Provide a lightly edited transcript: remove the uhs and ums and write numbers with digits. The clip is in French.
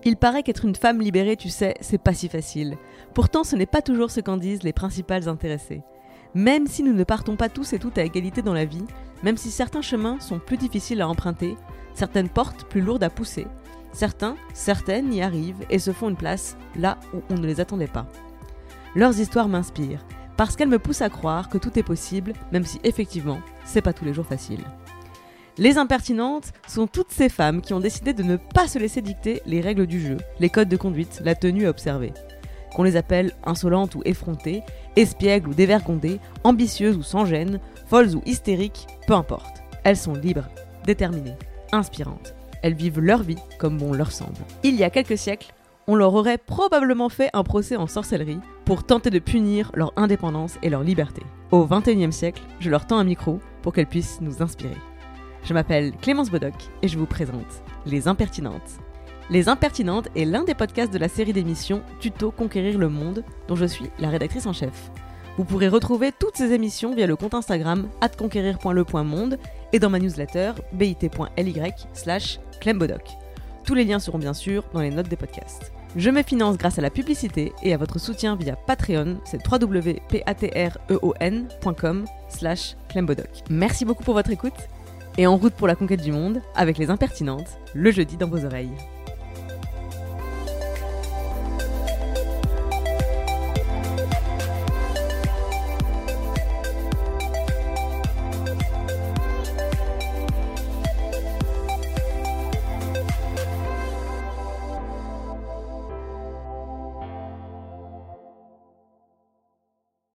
Il paraît qu'être une femme libérée, tu sais, c'est pas si facile. Pourtant, ce n'est pas toujours ce qu'en disent les principales intéressées. Même si nous ne partons pas tous et toutes à égalité dans la vie, même si certains chemins sont plus difficiles à emprunter, certaines portes plus lourdes à pousser, certaines y arrivent et se font une place là où on ne les attendait pas. Leurs histoires m'inspirent, parce qu'elles me poussent à croire que tout est possible, même si effectivement, c'est pas tous les jours facile. Les impertinentes sont toutes ces femmes qui ont décidé de ne pas se laisser dicter les règles du jeu, les codes de conduite, la tenue à observer. Qu'on les appelle insolentes ou effrontées, espiègles ou dévergondées, ambitieuses ou sans gêne, folles ou hystériques, peu importe. Elles sont libres, déterminées, inspirantes. Elles vivent leur vie comme bon leur semble. Il y a quelques siècles, on leur aurait probablement fait un procès en sorcellerie pour tenter de punir leur indépendance et leur liberté. Au XXIe siècle, je leur tends un micro pour qu'elles puissent nous inspirer. Je m'appelle Clémence Bodoc et je vous présente Les Impertinentes. Les Impertinentes est l'un des podcasts de la série d'émissions Tuto Conquérir le Monde, dont je suis la rédactrice en chef. Vous pourrez retrouver toutes ces émissions via le compte Instagram @conquérir.le.monde et dans ma newsletter bit.ly/clembodoc. Tous les liens seront bien sûr dans les notes des podcasts. Je me finance grâce à la publicité et à votre soutien via Patreon, c'est www.patreon.com/clembodoc. Merci beaucoup pour votre écoute et en route pour la conquête du monde avec Les Impertinentes, le jeudi dans vos oreilles.